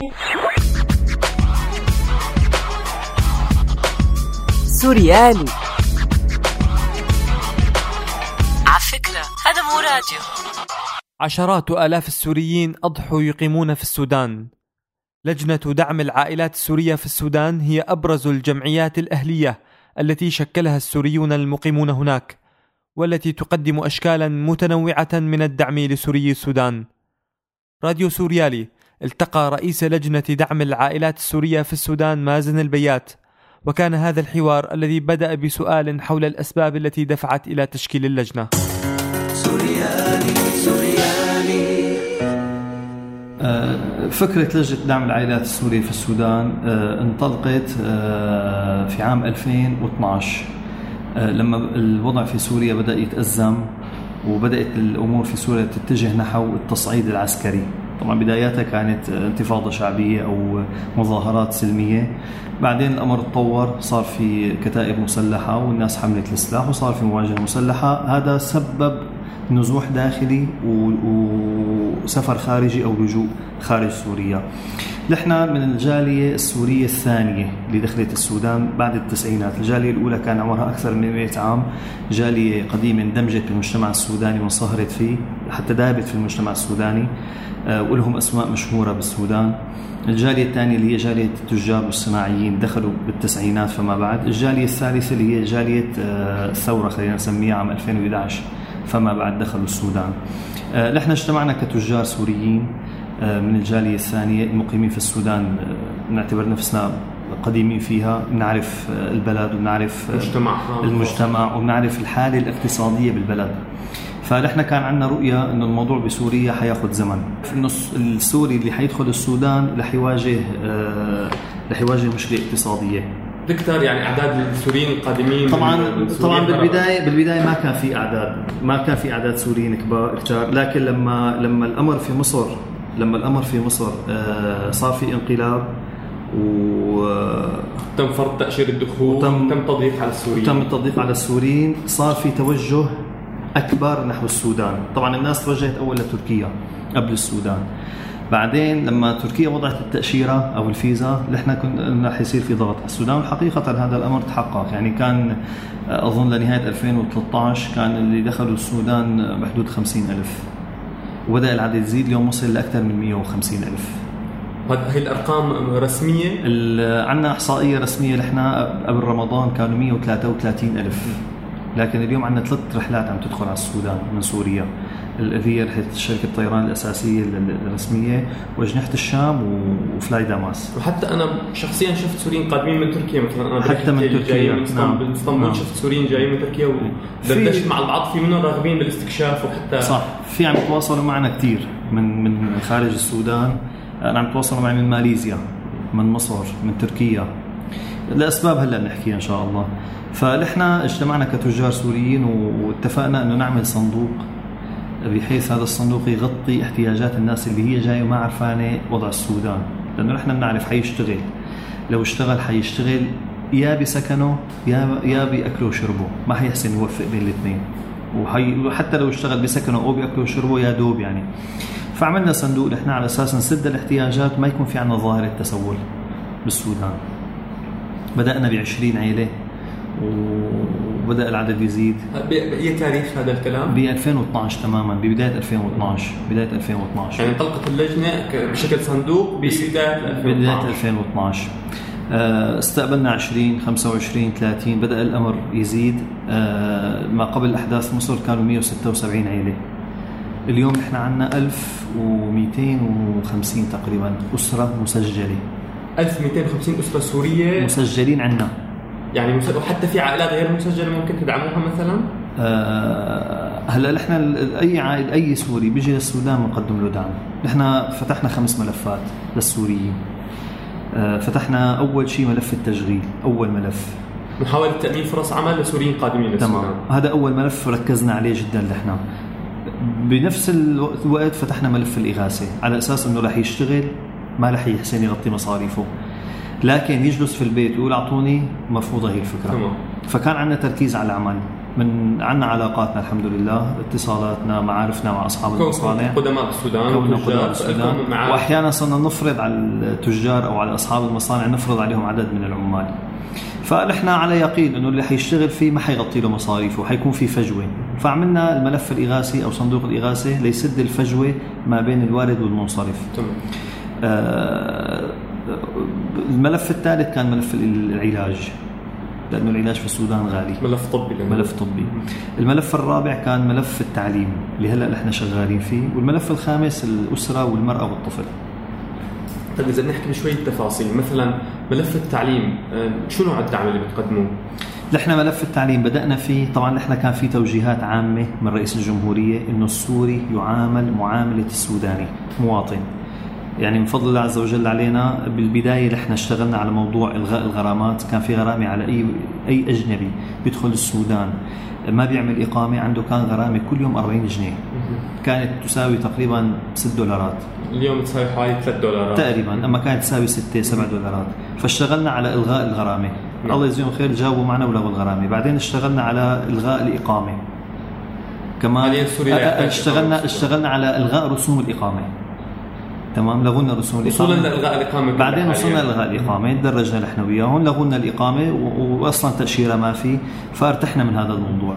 سوريالي. على فكرة هذا مو راديو. عشرات آلاف السوريين أضحوا يقيمون في السودان. لجنة دعم العائلات السورية في السودان هي أبرز الجمعيات الأهلية التي شكلها السوريون المقيمون هناك، والتي تقدم أشكالا متنوعة من الدعم لسوري السودان. راديو سوريالي التقى رئيس لجنة دعم العائلات السورية في السودان مازن البيات، وكان هذا الحوار الذي بدأ بسؤال حول الأسباب التي دفعت إلى تشكيل اللجنة. فكرة لجنة دعم العائلات السورية في السودان انطلقت في عام 2012 لما الوضع في سوريا بدأ يتأزم وبدأت الأمور في سوريا تتجه نحو التصعيد العسكري. طبعا بداياتها كانت انتفاضة شعبية أو مظاهرات سلمية، بعدين الأمر تطور، صار في كتائب مسلحة والناس حملت السلاح وصار في مواجهة مسلحة. هذا سبب نزوح داخلي وسفر خارجي أو لجوء خارج سوريا. نحن من الجالية السورية الثانية اللي دخلت السودان بعد التسعينات. الجالية الأولى كان عمرها أكثر من 100 عام، جالية قديمة اندمجت بالمجتمع السوداني وانصهرت فيه حتى دابت في المجتمع السوداني، ولهم أسماء مشهورة بالسودان. الجالية الثانية اللي هي جالية التجار والصناعيين دخلوا بالتسعينات فما بعد. الجالية الثالثة اللي هي جالية الثورة خلينا نسميها عام 2011 فما بعد دخلوا السودان. نحن اجتمعنا كتجار سوريين من الجالية الثانية المقيمين في السودان، نعتبر نفسنا قديمين فيها، نعرف البلد ونعرف المجتمع ونعرف الحالة الاقتصادية بالبلد. فنحن كان عندنا رؤية إنه الموضوع بسوريا حياخد زمن، إنه السوري اللي حيدخل السودان رح يواجه مشكلة اقتصادية. دكتور يعني أعداد السوريين القادمين طبعا بالبداية ما كان في أعداد سوريين كتار، لكن لما الأمر في مصر صار في انقلاب تم فرض تأشيرة الدخول وتم التضييق على السوريين، صار في توجه أكبر نحو السودان. طبعا الناس توجهت أول لتركيا قبل السودان، بعدين لما تركيا وضعت التأشيرة أو الفيزا نحن كنا رح يصير في ضغط على السودان، وحقيقة هذا الأمر تحقق. يعني كان أظن لنهاية 2013 كان اللي دخلوا السودان بحدود 50,000، وبدأ العدد يزيد، اليوم وصل لأكثر من 150,000. هي الأرقام رسمية؟ عندنا إحصائية رسمية. نحن قبل رمضان كانوا 133,000، لكن اليوم عندنا 3 رحلات عم تدخل على السودان من سوريا، اللي هي رحلة شركة الطيران الأساسية الرسمية وأجنحة الشام وفلاي داماس. وحتى أنا شخصيا شفت سوريين قادمين من تركيا مثلا. أنا حتى من تركيا من اسطنبول شفت سوريين جايين من تركيا ودردشت مع البعض، في منهم راغبين بالاستكشاف وحتى صح في عم يتواصلوا معنا كتير من خارج السودان. أنا عم يتواصلوا معي من ماليزيا، من مصر، من تركيا، لأسباب هلأ بنحكيها إن شاء الله. فنحن اجتمعنا كتجار سوريين واتفقنا أنه نعمل صندوق بحيث هذا الصندوق يغطي احتياجات الناس اللي هي جاي وما عرفانة وضع السودان، لأنه نحن بنعرف حيشتغل، لو اشتغل حيشتغل يا بسكنه يا بأكله وشربه، ما حيحسن يوفق بين الاثنين، وحتى لو اشتغل بسكنه أو بأكله وشربه يا دوب يعني. فعملنا صندوق نحن على أساس نسد الاحتياجات، ما يكون في عنا ظاهرة تسول بالسودان. بدأنا ب20 عائلة وبدأ العدد يزيد. بأي تاريخ هذا الكلام؟ ب 2012 تماما، ببداية 2012 يعني انطلقت اللجنة بشكل صندوق بداية 2012. استقبلنا 20 25 30، بدأ الأمر يزيد. ما قبل أحداث مصر كانوا 176 عائلة، اليوم نحن عنا 1250 تقريبا أسرة مسجلة. 1250 أسرة سورية مسجلين عنا يعني وحتى في عائلات غير مسجلة ممكن تدعموها مثلا؟ هلا نحن أي سوري بيجي للسودان بنقدم له دعم. نحن فتحنا 5 ملفات للسوريين. فتحنا أول شيء ملف التشغيل، أول ملف محاولة تأمين فرص عمل لسوريين قادمين للسودان. تمام، هذا أول ملف ركزنا عليه جدا. نحن بنفس الوقت فتحنا ملف الإغاثة على أساس أنه رح يشتغل، ما رح يحسن يغطي مصاريفه، لكن يجلس في البيت ويقول أعطوني، مرفوضة هي الفكرة. فكان عندنا تركيز على العمل، من عنا علاقاتنا الحمد لله، اتصالاتنا، معارفنا مع أصحاب المصانع، قدماء السودان والتجار، وأحيانا صرنا نفرض على التجار أو على أصحاب المصانع نفرض عليهم عدد من العمال. فنحن على يقين إنه اللي حيشتغل فيه ما حيغطي له مصاريفه وحيكون فيه فجوة، فعملنا الملف الإغاثي أو صندوق الإغاثة ليسد الفجوة ما بين الوارد والمنصرف. الملف الثالث كان ملف العلاج، لأنه العلاج في السودان غالي، ملف طبي. الملف الرابع كان ملف التعليم اللي هلأ احنا شغالين فيه، والملف الخامس الأسرة والمرأة والطفل. طيب إذا نحكي بشوية تفاصيل، مثلا ملف التعليم شو نوع الدعم اللي بتقدموه؟ نحن ملف التعليم بدأنا فيه، طبعا نحن كان في توجيهات عامة من رئيس الجمهورية إنه السوري يعامل معاملة السوداني مواطن. يعني من فضل الله عز وجل علينا بالبداية نحن اشتغلنا على موضوع إلغاء الغرامات. كان في غرامة على أي أجنبي بيدخل السودان ما بيعمل إقامة، عنده كان غرامة كل يوم 40 جنيه، كانت تساوي تقريبا $6. اليوم تساوي حوالي $3 تقريبا، أما كانت تساوي $6-7. فاشتغلنا على إلغاء الغرامة. الله يجزيهم خير، جاوبوا معنا ولغوا الغرامة. بعدين اشتغلنا على إلغاء الإقامة كمان. اشتغلنا على إلغاء رسوم الإقامة. تمام، لغونا رسوم الإقامة، وصلنا لإلغاء الإقامة. بعدين وصلنا لإلغاء الإقامة، تدرجنا نحن وياهم، لغونا الإقامة وأصلا تأشيرة ما في، فارتحنا من هذا الموضوع.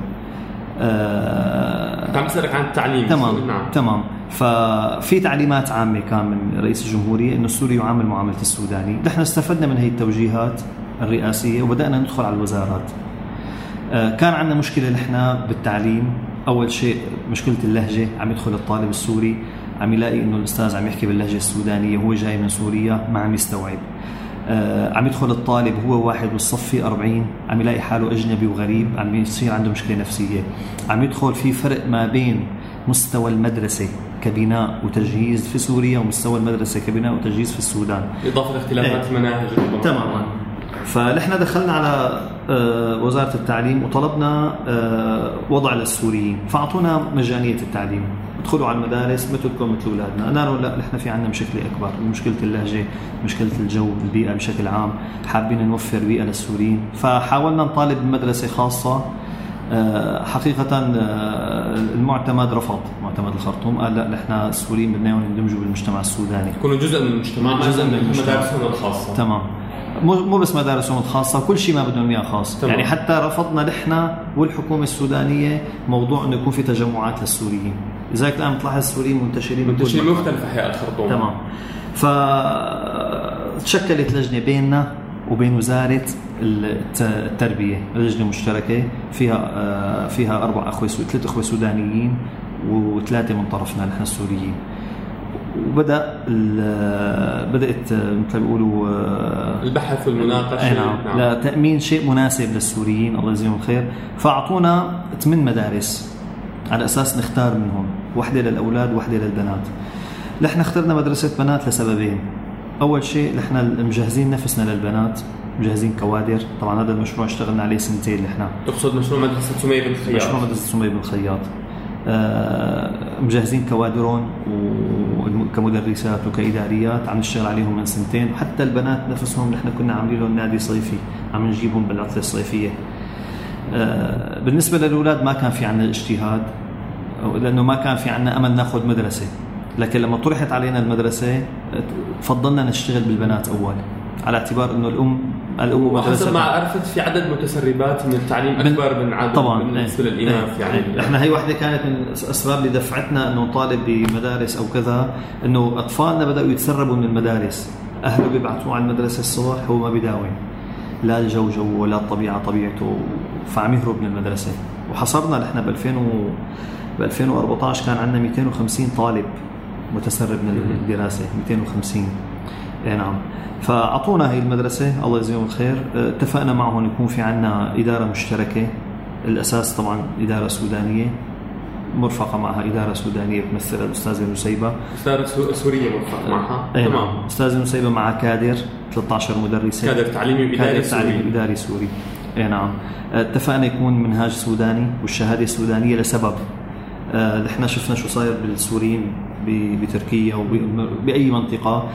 كان أسألك عن التعليم. تمام. ففي تعليمات عامة كان من رئيس الجمهورية إنه السوري يعامل معاملة السوداني. نحن استفدنا من هذه التوجيهات الرئاسية وبدأنا ندخل على الوزارات. كان عندنا مشكلة نحن بالتعليم. أول شيء مشكلة اللهجة، عم يدخل الطالب السوري عم يلاقي إنه الأستاذ عم يحكي باللهجة السودانية، هو جاي من سوريا ما عم يستوعب. عم يدخل الطالب هو واحد والصف فيه 40، عم يلاقي حاله أجنبي وغريب، عم يصير عنده مشكلة نفسية. عم يدخل في فرق ما بين مستوى المدرسة كبناء وتجهيز في سوريا ومستوى المدرسة كبناء وتجهيز في السودان، إضافة لاختلافات المناهج. تماما. فنحن دخلنا على وزارة التعليم وطلبنا وضع للسوريين، فأعطونا مجانية التعليم، ادخلوا على المدارس مثلكم مثل أولادنا. قالوا لا، نحن في عندنا مشكلة أكبر، مشكلة اللهجة، مشكلة الجو، البيئة بشكل عام، حابين نوفر بيئة للسوريين. فحاولنا نطالب بمدرسة خاصة. حقيقة المعتمد رفض، معتمد الخرطوم قال لا، نحن السوريين بدنا يندمجوا بالمجتمع السوداني، يكونوا جزء من المجتمع، جزء من مدارسهم الخاصة. تمام، مو بس مدارسهم الخاصة، كل شيء ما بدهم إياه خاص. يعني حتى رفضنا نحن والحكومة السودانية موضوع إنه يكون في تجمعات للسوريين. لذلك الآن تلاحظ السوريين منتشرين مختلف أحياء الخرطوم. تمام. فتشكلت لجنة بيننا وبين وزارة التربية، لجنة مشتركة فيها 3 أخوة سودانيين و3 من طرفنا نحن السوريين. وبدأت مثل بيقولوا البحث والمناقشة. نعم. لتأمين شيء مناسب للسوريين، الله يجزيهم الخير. فأعطونا 8 مدارس على أساس نختار منهم، واحدة للأولاد وواحدة للبنات. نحن اخترنا مدرسة بنات لسببين. أول شيء نحن مجهزين نفسنا للبنات، مجهزين كوادر. طبعا هذا المشروع اشتغلنا عليه 2 سنين. نحن تقصد مشروع مدرسة سمية بن خياط؟ مشروع مدرسة سمية بن خياط. مجهزين كوادرون وكمدرسات وكإداريات، عم نشتغل عليهم من 2 سنين. وحتى البنات نفسهم نحن كنا عاملين لهم نادي صيفي، عم نجيبهم بالعطلة الصيفية. بالنسبة للأولاد ما كان في عنا اجتهاد، لأنه ما كان في عنا أمل ناخذ مدرسة. لكن لما طرحت علينا المدرسة فضلنا نشتغل بالبنات أول، على اعتبار إنه الأم مدرسة. ما عرفت في عدد متسربات من التعليم أكبر من عدد طبعا بالنسبة للإناث. يعني إحنا هي واحدة كانت من الأسباب اللي دفعتنا إنه نطالب بمدارس أو كذا، إنه أطفالنا بدأوا يتسربوا من المدارس. أهله بيبعثوا على المدرسة الصبح، هو ما بيداوم، لا الجو جو ولا الطبيعة طبيعته، فعم يهرب من المدرسة. وحصرنا نحن ب 2014 كان عندنا 250 طالب متسرب من الدراسة، 250. نعم. فأعطونا هاي المدرسة، الله يجزيهم الخير. اتفقنا معهم يكون في عنا إدارة مشتركة، الأساس طبعا إدارة سودانية مرفقة معها إدارة سودانية بتمثلها الأستاذة نسيبة، إدارة سورية مرفقة معها. تمام. أستاذة نسيبة مع كادر 13 مدرسة، كادر تعليمي إداري سوري. نعم. اتفقنا يكون منهاج سوداني والشهادة السودانية لسبب نحن شفنا شو صاير بالسوريين بتركيا وبأي منطقة.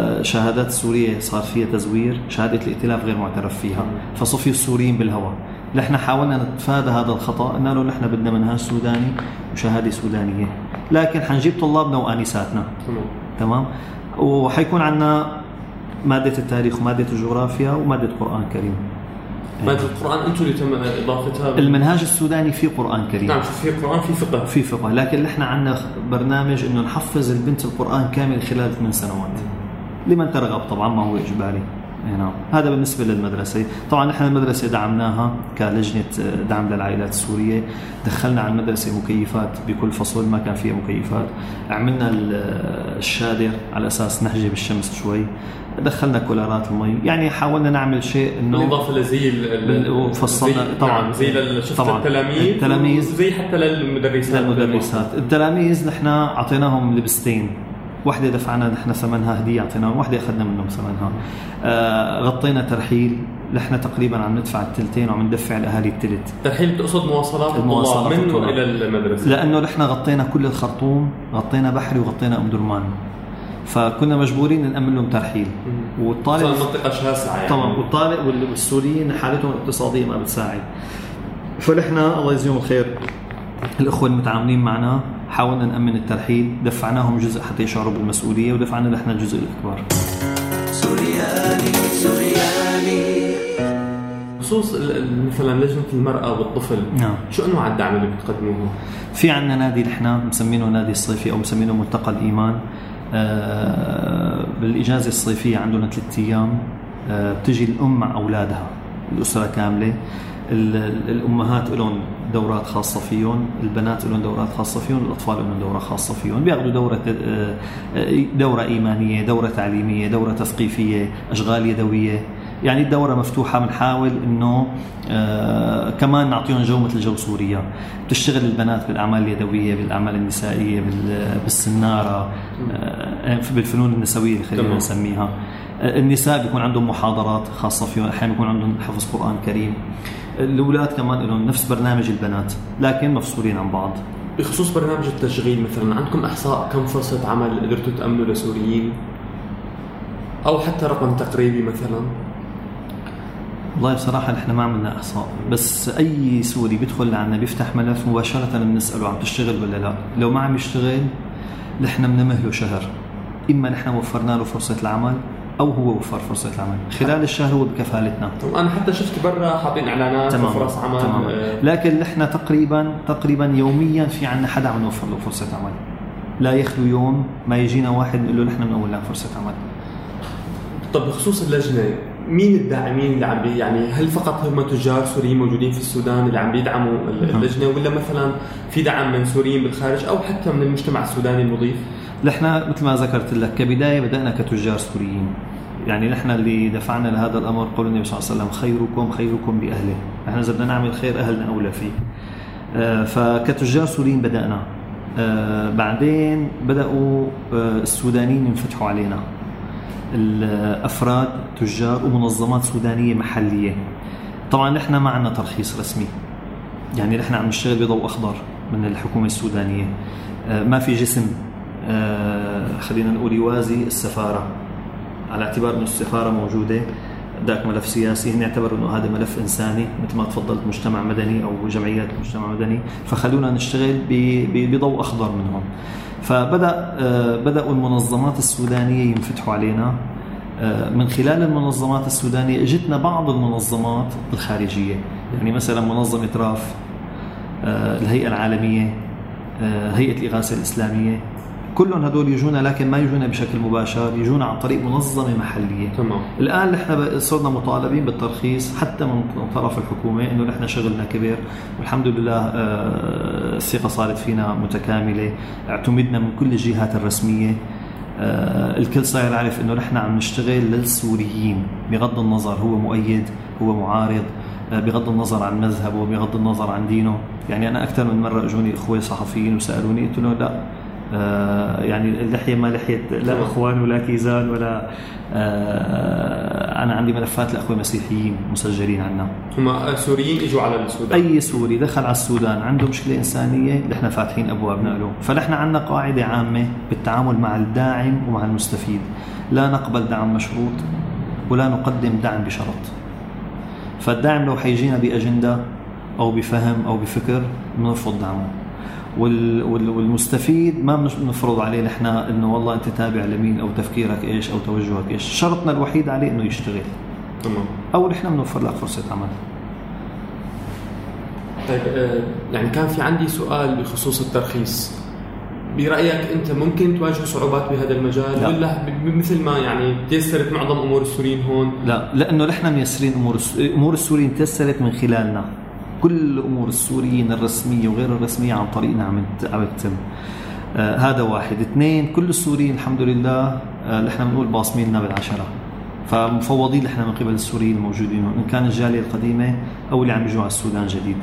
شهادات سورية صار فيها تزوير، شهادة الائتلاف غير معترف فيها، فصفي السوريين بالهواء. نحن حاولنا نتفادى هذا الخطأ، قلنا له نحن بدنا منهاج سوداني وشهادة سودانية، لكن حنجيب طلابنا وآنساتنا. تمام. وحيكون عنا مادة التاريخ ومادة الجغرافيا ومادة قرآن كريم. مادة القرآن أنتم اللي تم إضافتها؟ المنهاج السوداني فيه قرآن كريم. نعم، في قرآن، في فقه، لكن نحن عنا برنامج إنه نحفز البنت القرآن كامل خلال 8 سنوات لمن ترغب، طبعا ما هو إجباري. نعم. هذا بالنسبة للمدرسة. طبعا نحن المدرسة دعمناها كلجنة دعم للعائلات السورية، دخلنا على المدرسة مكيفات بكل فصل، ما كان فيها مكيفات، عملنا الشادر على أساس نحجب بالشمس شوي، دخلنا كولارات المي، يعني حاولنا نعمل شيء إنه بالإضافة لزي وفصلنا طبعا نعم زي التلاميذ زي حتى للمدرسات. التلاميذ نحن عطيناهم لبستين، واحدة دفعنا نحن ثمنها هدية عطيناهم، واحدة أخذنا منهم ثمنها. غطينا ترحيل، نحن تقريبا عم ندفع الثلثين وعم ندفع الأهالي الثلث. ترحيل تقصد مواصلات منه إلى المدرسة؟ لأنه نحن غطينا كل الخرطوم، غطينا بحري وغطينا أم درمان، فكنا مجبورين نأمن لهم ترحيل. والطالب منطقة شاسعة يعني. طبعا، والطالب والسوريين حالتهم الاقتصادية ما بتساعد، فنحن الله يجزيهم الخير الأخوة المتعاونين معنا حاولنا نأمن الترحيل، دفعناهم جزء حتى يشعروا بالمسؤولية، ودفعنا نحن الجزء الأكبر. سورياني بخصوص مثلا لجنة المرأة والطفل، نعم. شو أنواع الدعم اللي بتقدموه؟ في عنا نادي نحن مسمينه نادي الصيفي أو مسمينه ملتقى الإيمان. بالإجازة الصيفية عندنا 3 أيام بتجي الأم مع أولادها، الأسرة كاملة. الأمهات لهم دورات خاصة فيهم، البنات لهم دورات خاصة فيهم، الأطفال لهم دورة خاصة فيهم. بياخذوا دورة إيمانية، دورة تعليمية، دورة تثقيفية، أشغال يدوية. يعني الدورة مفتوحة. بنحاول إنه كمان نعطيهم جو مثل جو سوريا. بتشتغل البنات بالأعمال اليدوية، بالأعمال النسائية، بالسنارة، بالفنون النسوية خلينا نسميها. النساء بيكون عندهم محاضرات خاصة فيهم، أحيانا بيكون عندهم حفظ قرآن كريم. الأولاد كمان لهم نفس برنامج البنات لكن مفصولين عن بعض. بخصوص برنامج التشغيل مثلا، عندكم إحصاء كم فرصة عمل قدرتوا تأمنوا لسوريين، أو حتى رقم تقريبي مثلا؟ والله بصراحة نحن ما عملنا إحصاء، بس أي سوري بيدخل عنا بيفتح ملف مباشرة بنسأله عم تشتغل ولا لا. لو ما عم يشتغل نحن بنمهله شهر، إما نحن وفرنا له فرصة العمل أو هو وفر فرصة العمل خلال الشهر هو بكفالتنا. أنا حتى شفت برا حاطين إعلانات فرص عمل. لكن نحن تقريبا يوميا في عنا حدا عم نوفر له فرصة عمل، لا يخلو يوم ما يجينا واحد نقول له نحن بنقول لك فرصة عمل. طب بخصوص اللجنة، مين الداعمين اللي عم يعني هل فقط هم تجار سوريين موجودين في السودان اللي عم بيدعموا اللجنة، ولا مثلا في دعم من سوريين بالخارج أو حتى من المجتمع السوداني المضيف؟ نحن مثل ما ذكرت لك كبداية بدأنا كتجار سوريين. يعني نحن اللي دفعنا لهذا الأمر قول النبي صلى الله عليه وسلم خيركم لأهله. نحن إذا بدنا نعمل خير أهلنا أولى فيه. فكتجار سوريين بدأنا. بعدين بدأوا السودانيين ينفتحوا علينا، الأفراد تجار ومنظمات سودانية محلية. طبعا نحن ما عنا ترخيص رسمي، يعني نحن عم نشتغل بضوء أخضر من الحكومة السودانية. ما في جسم خلينا نقول يوازي السفارة، على اعتبار أن السفارة موجودة ذاك ملف سياسي، هن يعتبروا أنه هذا ملف إنساني مثل ما تفضلت مجتمع مدني أو جمعيات مجتمع مدني، فخلونا نشتغل بضوء أخضر منهم. بدأوا المنظمات السودانية ينفتحوا علينا. من خلال المنظمات السودانية اجتنا بعض المنظمات الخارجية، يعني مثلا منظمة راف، الهيئة العالمية، هيئة الإغاثة الإسلامية، كلهم هدول يجونا، لكن ما يجونا بشكل مباشر، يجونا عن طريق منظمة محلية. تمام. الآن نحن صرنا مطالبين بالترخيص حتى من طرف الحكومة، إنه نحن شغلنا كبير والحمد لله الثقة صارت فينا متكاملة، اعتمدنا من كل الجهات الرسمية. الكل صار يعرف إنه نحن عم نشتغل للسوريين بغض النظر هو مؤيد هو معارض، بغض النظر عن مذهبه وبغض النظر عن دينه. يعني أنا أكثر من مرة أجوني إخوة صحفيين وسألوني، قلت له لا، يعني اللحية ما لحية لا أخوان ولا كيزان ولا أنا عندي ملفات لأخوة مسيحيين مسجلين عنا. هم سوريين إجوا على السودان، أي سوري دخل على السودان عنده مشكلة إنسانية نحن فاتحين أبوابنا له. فنحن عنا قاعدة عامة بالتعامل مع الداعم ومع المستفيد، لا نقبل دعم مشروط ولا نقدم دعم بشرط. فالداعم لو حيجينا بأجندة أو بفهم أو بفكر بنرفض دعمه. والمستفيد ما بنفرض عليه نحن إنه والله أنت تابع لمين أو تفكيرك إيش أو توجهك إيش. شرطنا الوحيد عليه إنه يشتغل. تمام. أو نحن بنوفر لك فرصة عمل. طيب يعني كان في عندي سؤال بخصوص الترخيص. برأيك أنت ممكن تواجه صعوبات بهذا المجال؟ لا. ولا مثل ما يعني تيسرت معظم أمور السوريين هون؟ لا، لأنه نحن ميسرين أمور السوريين تيسرت من خلالنا. كل أمور السوريين الرسمية وغير الرسمية عن طريقنا عم تتم. هذا واحد. اثنين، كل السوريين الحمد لله نحن بنقول باصمين لنا بالعشرة، فمفوضين نحن من قبل السوريين الموجودين إن كان الجالية القديمة أو اللي عم يجوا على السودان جديد.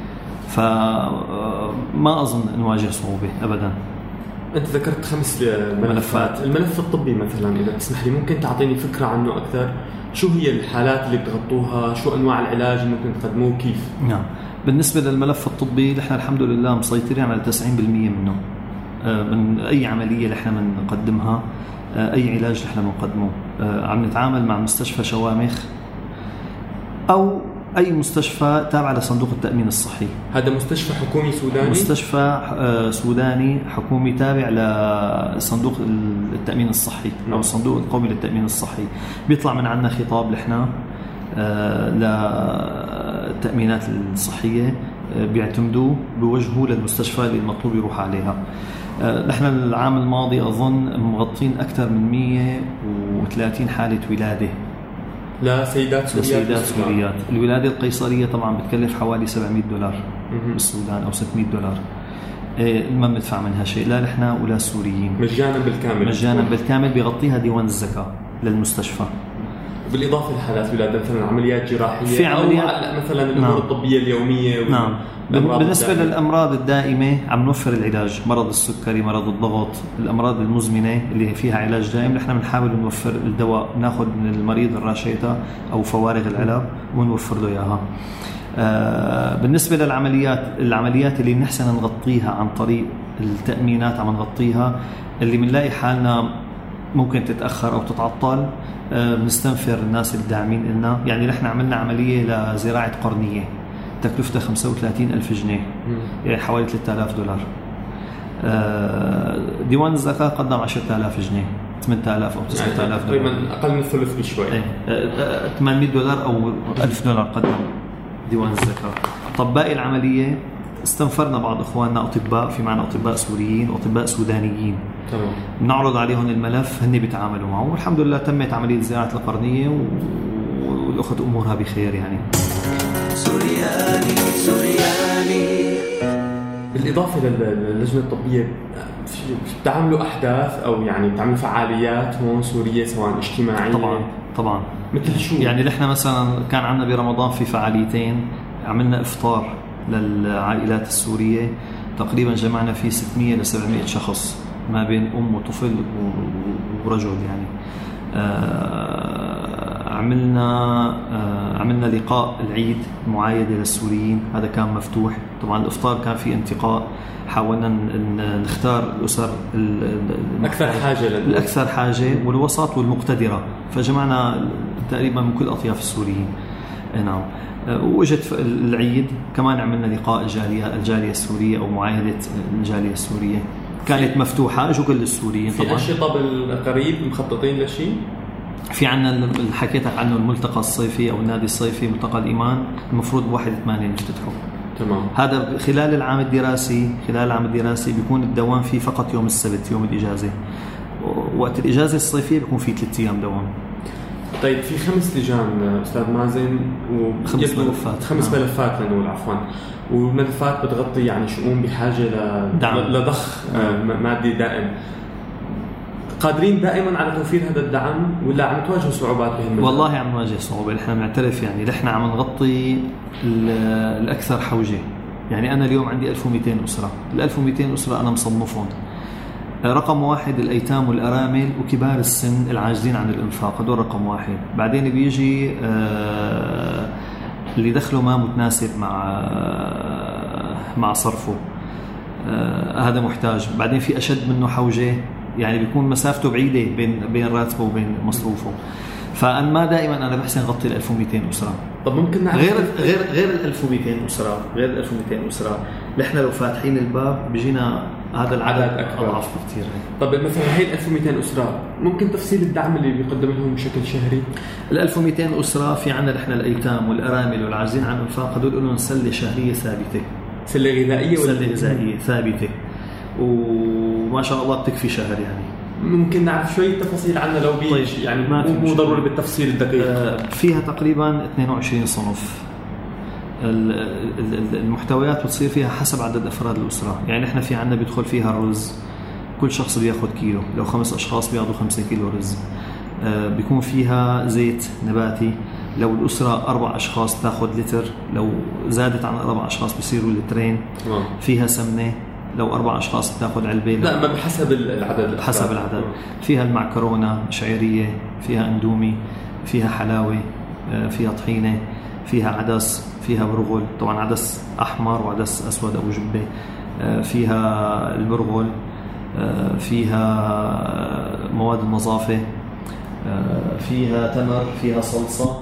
فما أظن نواجه صعوبة أبدا. أنت ذكرت 5 ملفات. الملف الطبي مثلا إذا تسمح لي ممكن تعطيني فكرة عنه أكثر؟ شو هي الحالات اللي بتغطوها؟ شو أنواع العلاج اللي ممكن تقدموه؟ كيف؟ نعم، بالنسبة للملف الطبي نحن الحمد لله مسيطرين على 90% منه. من أي عملية نحن بنقدمها، أي علاج نحن بنقدمه، عم نتعامل مع مستشفى شوامخ أو أي مستشفى تابع لصندوق التأمين الصحي. هذا مستشفى حكومي سوداني؟ مستشفى سوداني حكومي تابع لصندوق التأمين الصحي أو الصندوق القومي للتأمين الصحي. بيطلع من عنا خطاب لحنا للتأمينات الصحية بيعتمدوه بوجهه للمستشفى اللي المطلوب يروح عليها. نحن العام الماضي أظن مغطين أكثر من 130 حالة ولادة لسيدات سوريات. الولادة القيصرية طبعا بتكلف حوالي $700 بالسودان أو $600. ما بندفع منها شيء، لا نحن ولا السوريين. مجانا بالكامل بيغطيها ديوان الزكاة للمستشفى. بالإضافة لحالات ولادة مثلا عمليات جراحية في عمليات أو مثلا الأمور الطبية اليومية. نعم. بالنسبة للأمراض الدائمة عم نوفر العلاج، مرض السكري، مرض الضغط، الأمراض المزمنة اللي فيها علاج دائم نحن بنحاول نوفر الدواء، ناخذ من المريض الراشيتا أو فوارغ العلاج ونوفر له إياها. بالنسبة للعمليات اللي نحسن نغطيها عن طريق التأمينات عم نغطيها، اللي بنلاقي حالنا ممكن تتأخر أو تتعطل بنستنفر الناس الداعمين لنا. يعني نحن عملنا عملية لزراعة قرنية تكلفتها 35,000 جنيه، يعني حوالي $3,000. ديوان الزكاة قدم 10,000 جنيه، 8,000 أو 9,000 تقريبا أقل من الثلث بشوي. $800 أو $1,000 قدم ديوان الزكاة. طب باقي العملية استنفرنا بعض إخواننا أطباء، في معنا أطباء سوريين وأطباء سودانيين. تمام. نعرض عليهم الملف، هن بيتعاملوا معه، والحمد لله تمت عملية زراعة القرنية والأخت أمورها بخير. يعني سوريالي. بالإضافة للجنة الطبية بتعملوا أحداث أو يعني بتعملوا فعاليات هون سورية سواء اجتماعية؟ طبعا. مثل شو؟ يعني نحن مثلا كان عندنا برمضان في فعاليتين، عملنا إفطار للعائلات السورية، تقريبا جمعنا فيه 600 ل 700 شخص ما بين أم وطفل ورجل. يعني عملنا لقاء العيد معايدة للسوريين، هذا كان مفتوح. طبعا الإفطار كان فيه انتقاء، حاولنا نختار الأسر الأكثر حاجة والوسط والمقتدرة، فجمعنا تقريبا من كل أطياف السوريين. نعم. وجت العيد كمان عملنا لقاء الجالية السورية أو معاهدة الجالية السورية، كانت مفتوحة، اجوا كل السوريين. طبعا في أنشطة بالقريب مخططين لشيء؟ في عنا اللي حكيتك عنه الملتقى الصيفي أو النادي الصيفي ملتقى الإيمان، المفروض 1/8 نفتتحه. تمام. هذا خلال العام الدراسي بيكون الدوام فيه فقط يوم السبت، يوم الإجازة. وقت الإجازة الصيفية بيكون فيه 3 أيام دوام. طيب في 5 لجان أستاذ مازن 5 ملفات. 5 ملفات لنقول عفوا، والملفات بتغطي يعني شؤون بحاجة لضخ مادي دائم. قادرين دائما على توفير هذا الدعم ولا عم تواجهوا صعوبات بهالمجال؟ والله عم نواجه صعوبة، نحن بنعترف. يعني نحن عم نغطي الأكثر حوجة. يعني أنا اليوم عندي 1200 أسرة، 1200 أسرة أنا مصنفهم. رقم 1 الأيتام والأرامل وكبار السن العاجزين عن الإنفاق، هذول رقم 1. بعدين بيجي اللي دخله ما متناسب مع صرفه، هذا محتاج. بعدين في أشد منه حوجة، يعني بيكون مسافته بعيدة بين راتبه وبين مصروفه. فأنا ما دائما أنا بحسن غطي 1200 أسرة. طب ممكن نعرف غير 1200 أسرة، غير 1200 أسرة نحن لو فاتحين الباب بيجينا هذا العدد أضعاف كثير. طب مثلا هي 1200 أسرة ممكن تفصيل الدعم اللي بيقدم لهم بشكل شهري؟ 1200 أسرة في عنا نحن الأيتام والأرامل والعاجزين عن الإنفاق هذول لهم سلة شهرية ثابتة، سلة غذائية سلة غذائية ثابتة وما شاء الله بتكفي شهر. يعني ممكن نعرف شوية تفاصيل عنها لو طيب يعني مو ضروري بالتفصيل الدقيق. فيها تقريبا 22 صنف. المحتويات بتصير فيها حسب عدد أفراد الأسرة. يعني إحنا في عنا بيدخل فيها الرز، كل شخص بياخد كيلو، لو 5 أشخاص بياخدوا 5 كيلو رز. بيكون فيها زيت نباتي، لو الأسرة 4 أشخاص تاخد لتر، لو زادت عن 4 أشخاص بيصيروا لترين. فيها سمنة، لو 4 أشخاص بتاخد علبة. لا ما بحسب العدد، حسب العدد. فيها المعكرونة شعيرية، فيها اندومي، فيها حلاوة، فيها طحينة، فيها عدس، فيها برغل، طبعا عدس أحمر وعدس أسود أو جبة. فيها البرغل، فيها مواد النظافة، فيها تمر، فيها صلصة،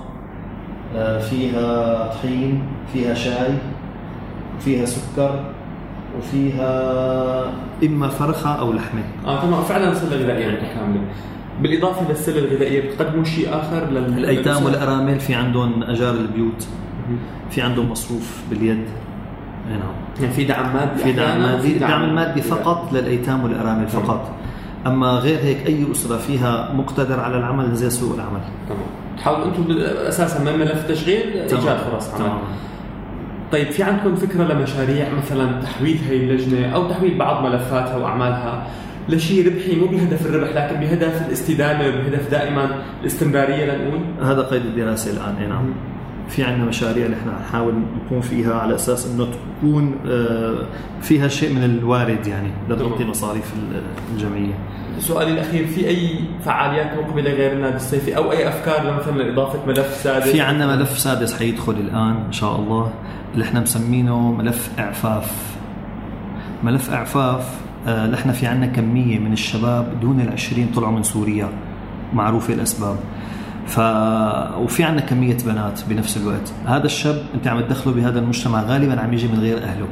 فيها طحين، فيها شاي، فيها سكر، وفيها إما فرخة أو لحمة. تمام. فعلا سلة غذائية متكاملة. بالإضافة للسلة الغذائية بتقدموا شيء آخر الأيتام والأرامل؟ في عندهم أجار البيوت، في عندهم مصروف باليد. نعم. يعني في دعم مادي. في دعم مادي. الدعم المادي فقط للأيتام والأرامل فقط. أما غير هيك أي أسرة فيها مقتدر على العمل زي سوق العمل. تمام. تحاولوا أنتم أساسا ما ملف تشغيل إيجاد فرص عمل. طيب في عندكم فكرة لمشاريع مثلا تحويل هاي اللجنة أو تحويل بعض ملفاتها وأعمالها لشيء ربحي، مو بهدف الربح لكن بهدف الاستدامة، بهدف دائما الاستمرارية لنقول؟ هذا قيد الدراسة الآن. نعم. في عندنا مشاريع اللي احنا نحاول نقوم فيها على أساس أنه تكون فيها شيء من الوارد، يعني لتغطي مصاريف الجمعية. سؤالي الأخير، في أي فعاليات مقبلة غير النادي الصيفي أو أي أفكار مثلا إضافة ملف سادس؟ في عندنا ملف سادس حيدخل الآن إن شاء الله، اللي احنا مسمينه ملف إعفاف. ملف إعفاف نحن في عندنا كمية من الشباب دون 20 طلعوا من سوريا، معروفة الأسباب. وفي عندنا كمية بنات بنفس الوقت. هذا الشاب أنت عم تدخله بهذا المجتمع غالبا عم يجي من غير أهله.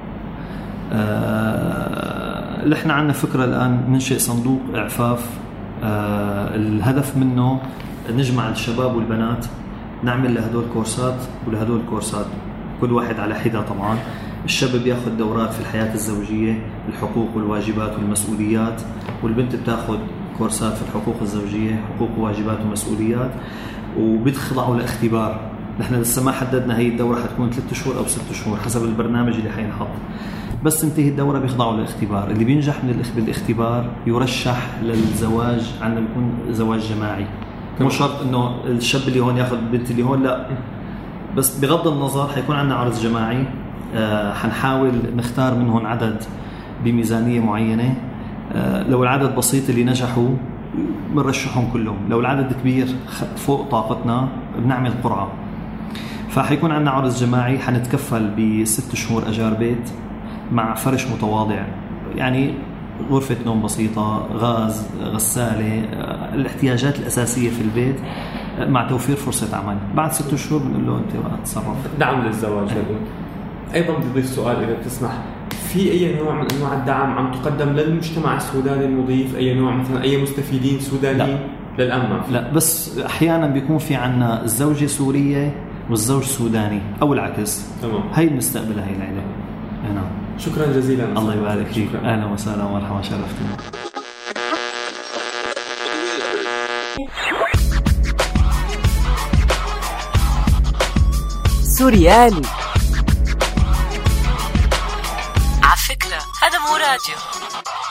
اللي احنا عندنا فكرة الآن ننشئ صندوق إعفاف. الهدف منه نجمع الشباب والبنات، نعمل لهدول كورسات ولهدول كورسات، كل واحد على حدة. طبعا الشاب بياخد دورات في الحياة الزوجية، الحقوق والواجبات والمسؤوليات، والبنت بتاخد كورسات في الحقوق الزوجية، حقوق وواجبات ومسؤوليات، وبتخضعوا لاختبار. نحن لسه ما حددنا هي الدورة حتكون 3 شهور أو 6 شهور حسب البرنامج اللي حينحط. بس تنتهي الدورة بيخضعوا للاختبار. اللي بينجح بالاختبار يرشح للزواج. عندنا بيكون زواج جماعي، مو شرط إنه الشاب اللي هون ياخذ البنت اللي هون، لا، بس بغض النظر حيكون عندنا عرض جماعي. حنحاول نختار منهم عدد بميزانية معينة. لو العدد بسيط اللي نجحوا بنرشحهم كلهم، لو العدد كبير فوق طاقتنا بنعمل قرعة. فحيكون عندنا عرض جماعي، حنتكفل ب6 شهور أجار بيت مع فرش متواضع، يعني غرفة نوم بسيطة، غاز، غسالة، الاحتياجات الأساسية في البيت، مع توفير فرصة عمل. بعد 6 شهور بنقول له أنت بقى تصرف. دعم للزواج. أيضا بدي أضيف سؤال إذا بتسمح، في أي نوع من أنواع الدعم عم تقدم للمجتمع السوداني المضيف؟ أي نوع مثلا أي مستفيدين سودانيين؟ للأمة لا، بس أحيانا بيكون في عنا الزوجة سورية والزوج سوداني أو العكس. تمام. هاي بنستقبلها هاي العيلة. أنا شكرا جزيلا. الله يبارك فيك. أهلا وسهلا ومرحبا، شرفتنا. سوريالي على فكرة هذا مو راديو.